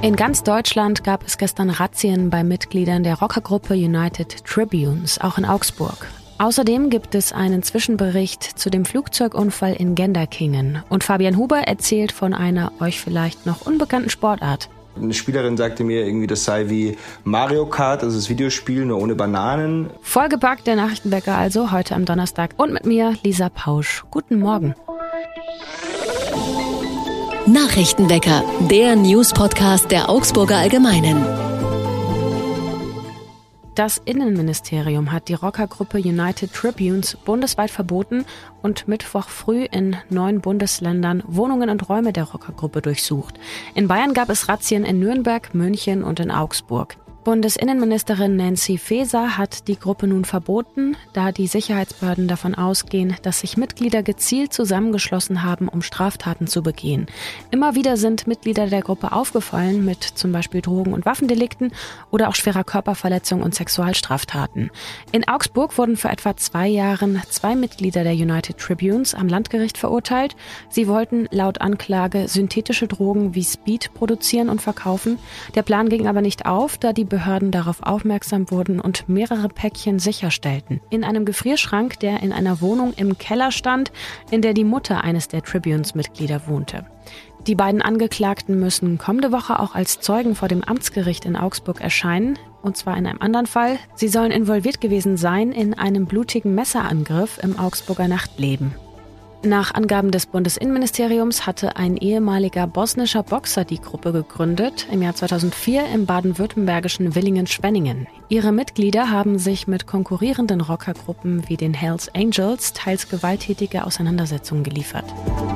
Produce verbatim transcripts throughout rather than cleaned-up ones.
In ganz Deutschland gab es gestern Razzien bei Mitgliedern der Rockergruppe United Tribunes, auch in Augsburg. Außerdem gibt es einen Zwischenbericht zu dem Flugzeugunfall in Genderkingen. Und Fabian Huber erzählt von einer euch vielleicht noch unbekannten Sportart. Eine Spielerin sagte mir irgendwie, das sei wie Mario Kart, also das Videospiel, nur ohne Bananen. Vollgepackt der Nachrichtenwecker also heute am Donnerstag. Und mit mir Lisa Pausch. Guten Morgen. Nachrichtenwecker, der News-Podcast der Augsburger Allgemeinen. Das Innenministerium hat die Rockergruppe United Tribunes bundesweit verboten und Mittwoch früh in neun Bundesländern Wohnungen und Räume der Rockergruppe durchsucht. In Bayern gab es Razzien in Nürnberg, München und in Augsburg. Bundesinnenministerin Nancy Faeser hat die Gruppe nun verboten, da die Sicherheitsbehörden davon ausgehen, dass sich Mitglieder gezielt zusammengeschlossen haben, um Straftaten zu begehen. Immer wieder sind Mitglieder der Gruppe aufgefallen mit zum Beispiel Drogen- und Waffendelikten oder auch schwerer Körperverletzung und Sexualstraftaten. In Augsburg wurden vor etwa zwei Jahren zwei Mitglieder der United Tribunes am Landgericht verurteilt. Sie wollten laut Anklage synthetische Drogen wie Speed produzieren und verkaufen. Der Plan ging aber nicht auf, da die Behörden darauf aufmerksam wurden und mehrere Päckchen sicherstellten. In einem Gefrierschrank, der in einer Wohnung im Keller stand, in der die Mutter eines der Tribunes-Mitglieder wohnte. Die beiden Angeklagten müssen kommende Woche auch als Zeugen vor dem Amtsgericht in Augsburg erscheinen, und zwar in einem anderen Fall. Sie sollen involviert gewesen sein in einem blutigen Messerangriff im Augsburger Nachtleben. Nach Angaben des Bundesinnenministeriums hatte ein ehemaliger bosnischer Boxer die Gruppe gegründet, im Jahr zweitausendvier im baden-württembergischen Villingen-Schwenningen. Ihre Mitglieder haben sich mit konkurrierenden Rockergruppen wie den Hells Angels teils gewalttätige Auseinandersetzungen geliefert.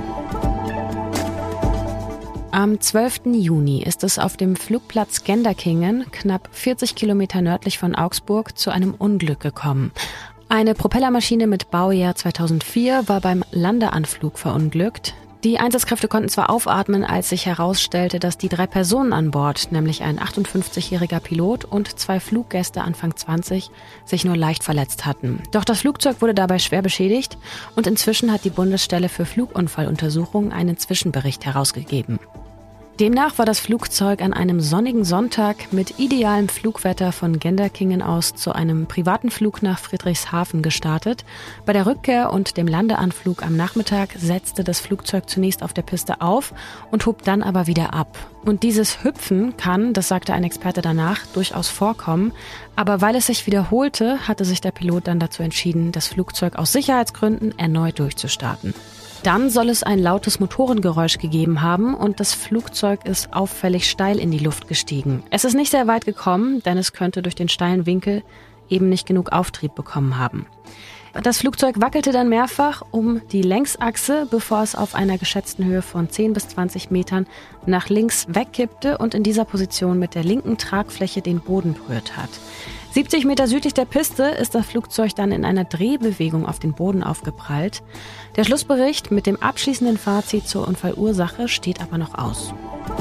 Am zwölften Juni ist es auf dem Flugplatz Genderkingen, knapp vierzig Kilometer nördlich von Augsburg, zu einem Unglück gekommen. Eine Propellermaschine mit Baujahr zweitausendvier war beim Landeanflug verunglückt. Die Einsatzkräfte konnten zwar aufatmen, als sich herausstellte, dass die drei Personen an Bord, nämlich ein achtundfünfzigjähriger Pilot und zwei Fluggäste Anfang zwanzig, sich nur leicht verletzt hatten. Doch das Flugzeug wurde dabei schwer beschädigt und inzwischen hat die Bundesstelle für Flugunfalluntersuchungen einen Zwischenbericht herausgegeben. Demnach war das Flugzeug an einem sonnigen Sonntag mit idealem Flugwetter von Genderkingen aus zu einem privaten Flug nach Friedrichshafen gestartet. Bei der Rückkehr und dem Landeanflug am Nachmittag setzte das Flugzeug zunächst auf der Piste auf und hob dann aber wieder ab. Und dieses Hüpfen kann, das sagte ein Experte danach, durchaus vorkommen. Aber weil es sich wiederholte, hatte sich der Pilot dann dazu entschieden, das Flugzeug aus Sicherheitsgründen erneut durchzustarten. Dann soll es ein lautes Motorengeräusch gegeben haben und das Flugzeug ist auffällig steil in die Luft gestiegen. Es ist nicht sehr weit gekommen, denn es könnte durch den steilen Winkel eben nicht genug Auftrieb bekommen haben. Das Flugzeug wackelte dann mehrfach um die Längsachse, bevor es auf einer geschätzten Höhe von zehn bis zwanzig Metern nach links wegkippte und in dieser Position mit der linken Tragfläche den Boden berührt hat. siebzig Meter südlich der Piste ist das Flugzeug dann in einer Drehbewegung auf den Boden aufgeprallt. Der Schlussbericht mit dem abschließenden Fazit zur Unfallursache steht aber noch aus.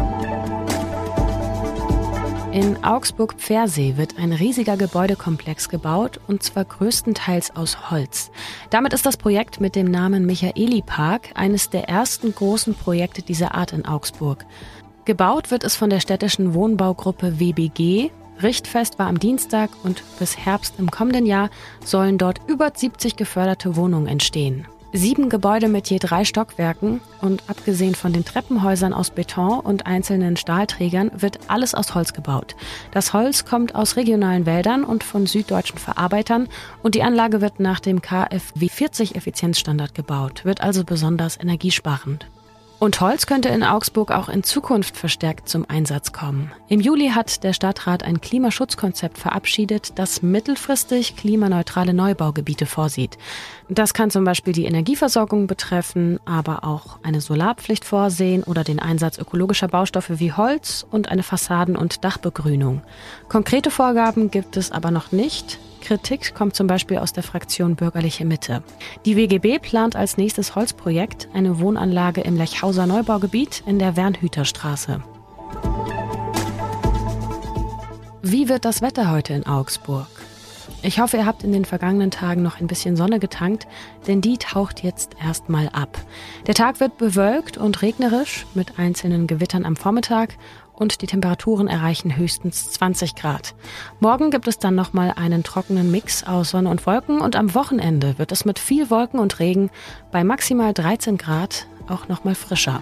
In Augsburg-Pfersee wird ein riesiger Gebäudekomplex gebaut, und zwar größtenteils aus Holz. Damit ist das Projekt mit dem Namen Michaeli-Park eines der ersten großen Projekte dieser Art in Augsburg. Gebaut wird es von der städtischen Wohnbaugruppe W B G. Richtfest war am Dienstag und bis Herbst im kommenden Jahr sollen dort über siebzig geförderte Wohnungen entstehen. Sieben Gebäude mit je drei Stockwerken und abgesehen von den Treppenhäusern aus Beton und einzelnen Stahlträgern wird alles aus Holz gebaut. Das Holz kommt aus regionalen Wäldern und von süddeutschen Verarbeitern und die Anlage wird nach dem K f W vierzig Effizienzstandard gebaut, wird also besonders energiesparend. Und Holz könnte in Augsburg auch in Zukunft verstärkt zum Einsatz kommen. Im Juli hat der Stadtrat ein Klimaschutzkonzept verabschiedet, das mittelfristig klimaneutrale Neubaugebiete vorsieht. Das kann zum Beispiel die Energieversorgung betreffen, aber auch eine Solarpflicht vorsehen oder den Einsatz ökologischer Baustoffe wie Holz und eine Fassaden- und Dachbegrünung. Konkrete Vorgaben gibt es aber noch nicht. Kritik kommt zum Beispiel aus der Fraktion Bürgerliche Mitte. Die W G B plant als nächstes Holzprojekt eine Wohnanlage im Lechhauser Neubaugebiet in der Wernhüterstraße. Wie wird das Wetter heute in Augsburg? Ich hoffe, ihr habt in den vergangenen Tagen noch ein bisschen Sonne getankt, denn die taucht jetzt erstmal ab. Der Tag wird bewölkt und regnerisch mit einzelnen Gewittern am Vormittag und die Temperaturen erreichen höchstens zwanzig Grad. Morgen gibt es dann nochmal einen trockenen Mix aus Sonne und Wolken und am Wochenende wird es mit viel Wolken und Regen bei maximal dreizehn Grad auch nochmal frischer.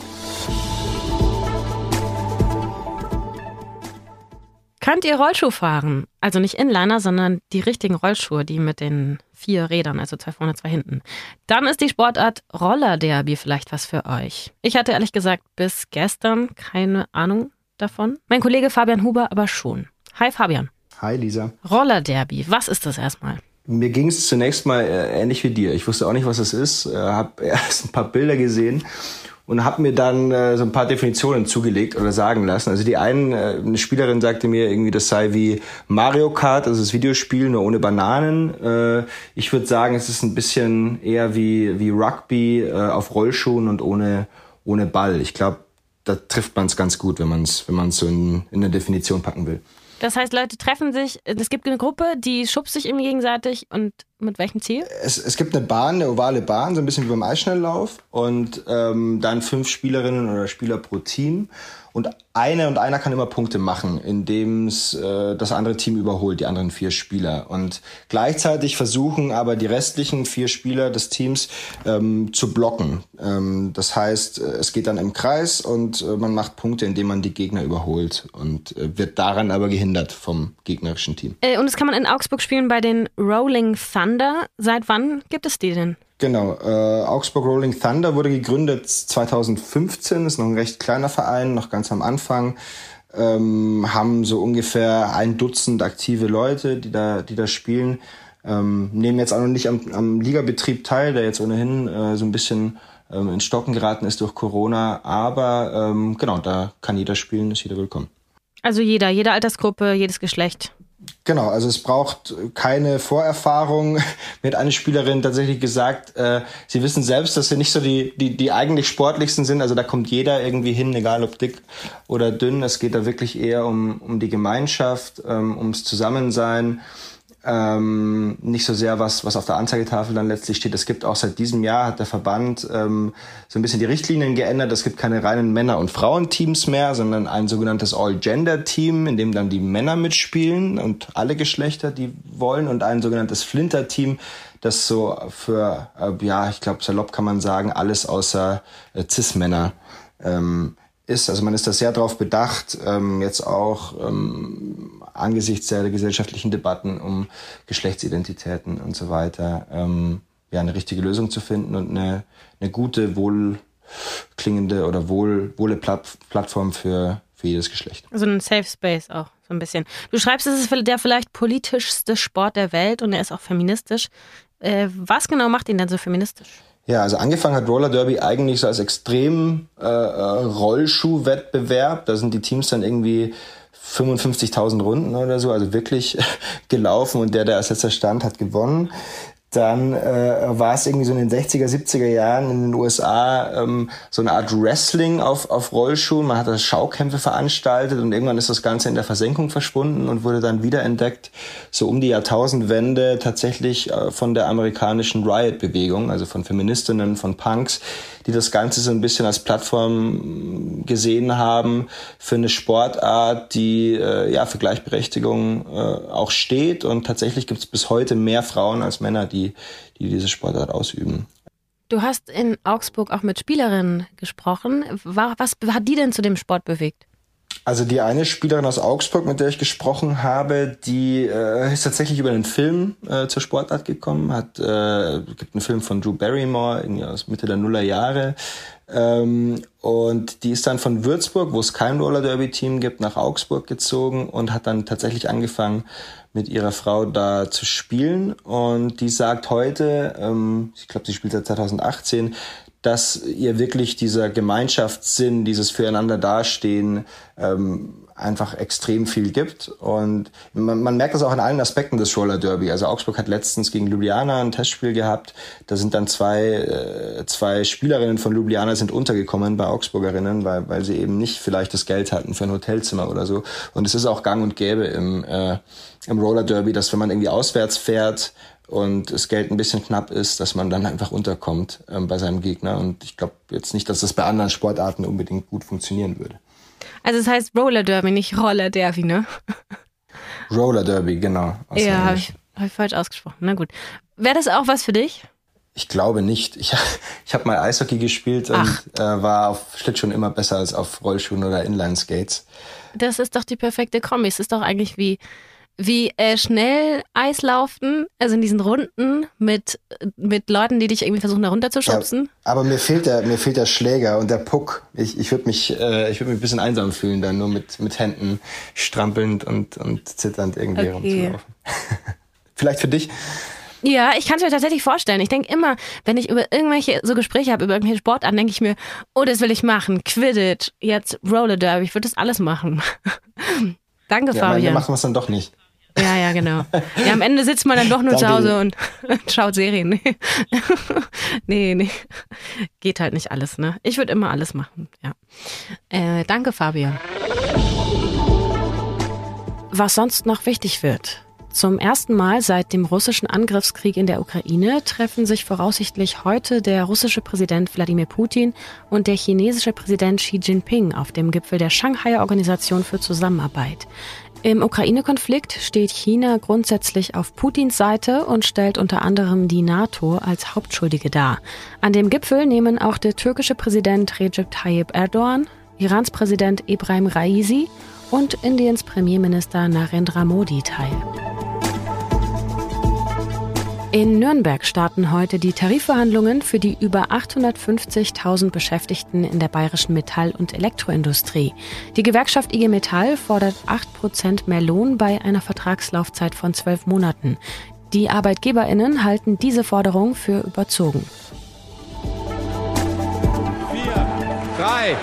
Könnt ihr Rollschuh fahren? Also nicht Inliner, sondern die richtigen Rollschuhe, die mit den vier Rädern, also zwei vorne, zwei hinten. Dann ist die Sportart Roller-Derby vielleicht was für euch. Ich hatte ehrlich gesagt bis gestern keine Ahnung davon. Mein Kollege Fabian Huber aber schon. Hi Fabian. Hi Lisa. Roller-Derby, was ist das erstmal? Mir ging es zunächst mal äh, ähnlich wie dir. Ich wusste auch nicht, was es ist. Äh, habe erst ein paar Bilder gesehen und habe mir dann äh, so ein paar Definitionen zugelegt oder sagen lassen. Also die einen, äh, eine Spielerin sagte mir irgendwie, das sei wie Mario Kart, also das Videospiel, nur ohne Bananen. Äh, ich würde sagen, es ist ein bisschen eher wie wie Rugby äh, auf Rollschuhen und ohne ohne Ball. Ich glaube, da trifft man es ganz gut, wenn man es wenn man es so in, in eine Definition packen will. Das heißt, Leute treffen sich, es gibt eine Gruppe, die schubst sich irgendwie gegenseitig und mit welchem Ziel? Es, es gibt eine Bahn, eine ovale Bahn, so ein bisschen wie beim Eisschnelllauf und ähm, dann fünf Spielerinnen oder Spieler pro Team und eine und einer kann immer Punkte machen, indem es äh, das andere Team überholt, die anderen vier Spieler und gleichzeitig versuchen aber die restlichen vier Spieler des Teams ähm, zu blocken. Ähm, das heißt, es geht dann im Kreis und äh, man macht Punkte, indem man die Gegner überholt und äh, wird daran aber gehindert vom gegnerischen Team. Äh, und das kann man in Augsburg spielen bei den Rolling Thunder. Seit wann gibt es die denn? Genau, äh, Augsburg Rolling Thunder wurde gegründet zweitausendfünfzehn, ist noch ein recht kleiner Verein, noch ganz am Anfang, ähm, haben so ungefähr ein Dutzend aktive Leute, die da, die da spielen, ähm, nehmen jetzt auch noch nicht am, am Ligabetrieb teil, der jetzt ohnehin äh, so ein bisschen ähm, ins Stocken geraten ist durch Corona, aber ähm, genau, da kann jeder spielen, ist jeder willkommen. Also jeder, jede Altersgruppe, jedes Geschlecht. Genau, also es braucht keine Vorerfahrung. Mir hat eine Spielerin tatsächlich gesagt, äh, sie wissen selbst, dass sie nicht so die, die, die eigentlich sportlichsten sind. Also da kommt jeder irgendwie hin, egal ob dick oder dünn. Es geht da wirklich eher um, um die Gemeinschaft, ähm, ums Zusammensein. Ähm, nicht so sehr, was, was auf der Anzeigetafel dann letztlich steht. Es gibt auch seit diesem Jahr, hat der Verband ähm, so ein bisschen die Richtlinien geändert. Es gibt keine reinen Männer- und Frauenteams mehr, sondern ein sogenanntes All-Gender-Team, in dem dann die Männer mitspielen und alle Geschlechter, die wollen, und ein sogenanntes Flinter-Team, das so für, äh, ja, ich glaube, salopp kann man sagen, alles außer äh, Cis-Männer ähm, ist. Also man ist da sehr drauf bedacht, ähm, jetzt auch ähm, angesichts der gesellschaftlichen Debatten um Geschlechtsidentitäten und so weiter, ähm, ja, eine richtige Lösung zu finden und eine, eine gute, wohlklingende oder wohl, wohle Platt, Plattform für, für jedes Geschlecht. Also ein Safe Space auch, so ein bisschen. Du schreibst, es ist der vielleicht politischste Sport der Welt und er ist auch feministisch. Äh, was genau macht ihn denn so feministisch? Ja, also angefangen hat Roller Derby eigentlich so als extrem äh, Rollschuhwettbewerb. Da sind die Teams dann irgendwie fünfundfünfzigtausend Runden oder so, also wirklich gelaufen und der, der als letzter stand, hat gewonnen. Dann äh, war es irgendwie so in den sechziger, siebziger Jahren in den U S A ähm, so eine Art Wrestling auf, auf Rollschuhen. Man hat da Schaukämpfe veranstaltet und irgendwann ist das Ganze in der Versenkung verschwunden und wurde dann wiederentdeckt, so um die Jahrtausendwende tatsächlich äh, von der amerikanischen Riot-Bewegung, also von Feministinnen, von Punks, die das Ganze so ein bisschen als Plattform gesehen haben für eine Sportart, die äh, ja für Gleichberechtigung äh, auch steht. Und tatsächlich gibt es bis heute mehr Frauen als Männer, die die diese Sportart ausüben. Du hast in Augsburg auch mit Spielerinnen gesprochen. Was hat die denn zu dem Sport bewegt? Also die eine Spielerin aus Augsburg, mit der ich gesprochen habe, die äh, ist tatsächlich über einen Film äh, zur Sportart gekommen. Hat äh, gibt einen Film von Drew Barrymore irgendwie aus Mitte der Nullerjahre. Ähm, und die ist dann von Würzburg, wo es kein Roller-Derby-Team gibt, nach Augsburg gezogen und hat dann tatsächlich angefangen, mit ihrer Frau da zu spielen. Und die sagt heute, ähm, ich glaube, sie spielt seit zweitausendachtzehn, dass ihr wirklich dieser Gemeinschaftssinn, dieses Füreinander-Dastehen ähm, einfach extrem viel gibt. Und man, man merkt das auch in allen Aspekten des Roller Derby. Also Augsburg hat letztens gegen Ljubljana ein Testspiel gehabt. Da sind dann zwei äh, zwei Spielerinnen von Ljubljana sind untergekommen bei Augsburgerinnen, weil weil sie eben nicht vielleicht das Geld hatten für ein Hotelzimmer oder so. Und es ist auch gang und gäbe im äh, im Roller Derby, dass wenn man irgendwie auswärts fährt und das Geld ein bisschen knapp ist, dass man dann einfach unterkommt ähm, bei seinem Gegner. Und ich glaube jetzt nicht, dass das bei anderen Sportarten unbedingt gut funktionieren würde. Also es heißt Roller Derby, nicht Roller Derby, ne? Roller Derby, genau. Ja, habe ich, hab ich falsch ausgesprochen. Na gut. Wäre das auch was für dich? Ich glaube nicht. Ich, ich habe mal Eishockey gespielt Ach. und äh, war auf Schlittschuhen immer besser als auf Rollschuhen oder Inline-Skates. Das ist doch die perfekte Kombi. Es ist doch eigentlich wie, wie äh, schnell Eislaufen, also in diesen Runden mit, mit Leuten, die dich irgendwie versuchen, da runterzuschubsen. Ja, aber mir fehlt der, mir fehlt der Schläger und der Puck. Ich, ich würde mich, äh, ich würde mich ein bisschen einsam fühlen, dann nur mit, mit Händen strampelnd und, und zitternd irgendwie okay. rumzulaufen. Vielleicht für dich? Ja, ich kann es mir tatsächlich vorstellen. Ich denke immer, wenn ich über irgendwelche so Gespräche habe, über irgendwelche Sportarten, denke ich mir, oh, das will ich machen. Quidditch, jetzt Roller Derby, ich würde das alles machen. Danke, ja, Fabian. Ja, machen wir es dann doch nicht. Ja, ja, genau. Ja, am Ende sitzt man dann doch nur zu Hause und schaut Serien. Nee. nee, nee. Geht halt nicht alles, ne? Ich würde immer alles machen, ja. Äh, danke, Fabian. Was sonst noch wichtig wird. Zum ersten Mal seit dem russischen Angriffskrieg in der Ukraine treffen sich voraussichtlich heute der russische Präsident Wladimir Putin und der chinesische Präsident Xi Jinping auf dem Gipfel der Shanghai-Organisation für Zusammenarbeit. Im Ukraine-Konflikt steht China grundsätzlich auf Putins Seite und stellt unter anderem die NATO als Hauptschuldige dar. An dem Gipfel nehmen auch der türkische Präsident Recep Tayyip Erdogan, Irans Präsident Ebrahim Raisi und Indiens Premierminister Narendra Modi teil. In Nürnberg starten heute die Tarifverhandlungen für die über achthundertfünfzigtausend Beschäftigten in der bayerischen Metall- und Elektroindustrie. Die Gewerkschaft I G Metall fordert acht Prozent mehr Lohn bei einer Vertragslaufzeit von zwölf Monaten. Die ArbeitgeberInnen halten diese Forderung für überzogen. Vier, drei.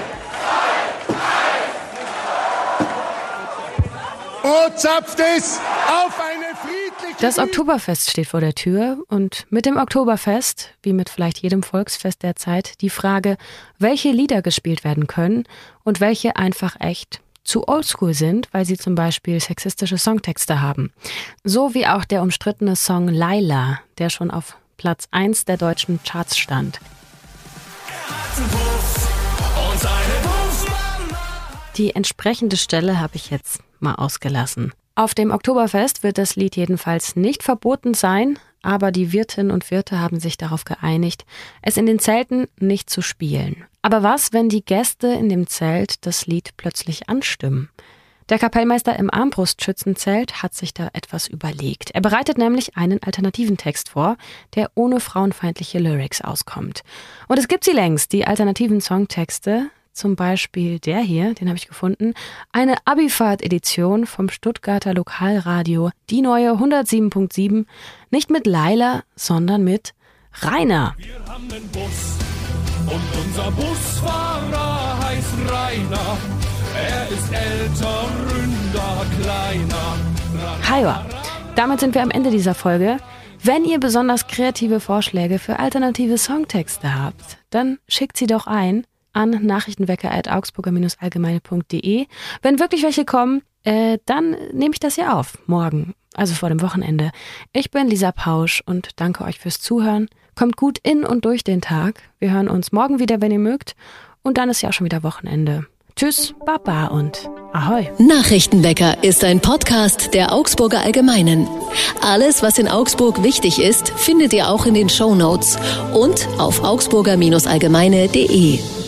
Oh, zapft es auf eine friedliche... Das Oktoberfest steht vor der Tür und mit dem Oktoberfest, wie mit vielleicht jedem Volksfest der Zeit, die Frage, welche Lieder gespielt werden können und welche einfach echt zu oldschool sind, weil sie zum Beispiel sexistische Songtexte haben. So wie auch der umstrittene Song Laila, der schon auf Platz eins der deutschen Charts stand. Die entsprechende Stelle habe ich jetzt mal ausgelassen. Auf dem Oktoberfest wird das Lied jedenfalls nicht verboten sein, aber die Wirtinnen und Wirte haben sich darauf geeinigt, es in den Zelten nicht zu spielen. Aber was, wenn die Gäste in dem Zelt das Lied plötzlich anstimmen? Der Kapellmeister im Armbrustschützenzelt hat sich da etwas überlegt. Er bereitet nämlich einen alternativen Text vor, der ohne frauenfeindliche Lyrics auskommt. Und es gibt sie längst, die alternativen Songtexte. Zum Beispiel der hier, den habe ich gefunden, eine Abifahrt-Edition vom Stuttgarter Lokalradio, die neue hundertsieben Komma sieben, nicht mit Laila, sondern mit Rainer. Wir haben einen Bus und unser Busfahrer heißt Rainer. Er ist älter, ründer, kleiner. Hiwa. Damit sind wir am Ende dieser Folge. Wenn ihr besonders kreative Vorschläge für alternative Songtexte habt, dann schickt sie doch ein an nachrichtenwecker at augsburger allgemeine punkt de. Wenn wirklich welche kommen, äh, dann nehme ich das ja auf, morgen, also vor dem Wochenende. Ich bin Lisa Pausch und danke euch fürs Zuhören. Kommt gut in und durch den Tag. Wir hören uns morgen wieder, wenn ihr mögt. Und dann ist ja auch schon wieder Wochenende. Tschüss, Baba und Ahoi. Nachrichtenwecker ist ein Podcast der Augsburger Allgemeinen. Alles, was in Augsburg wichtig ist, findet ihr auch in den Shownotes und auf augsburger allgemeine punkt de.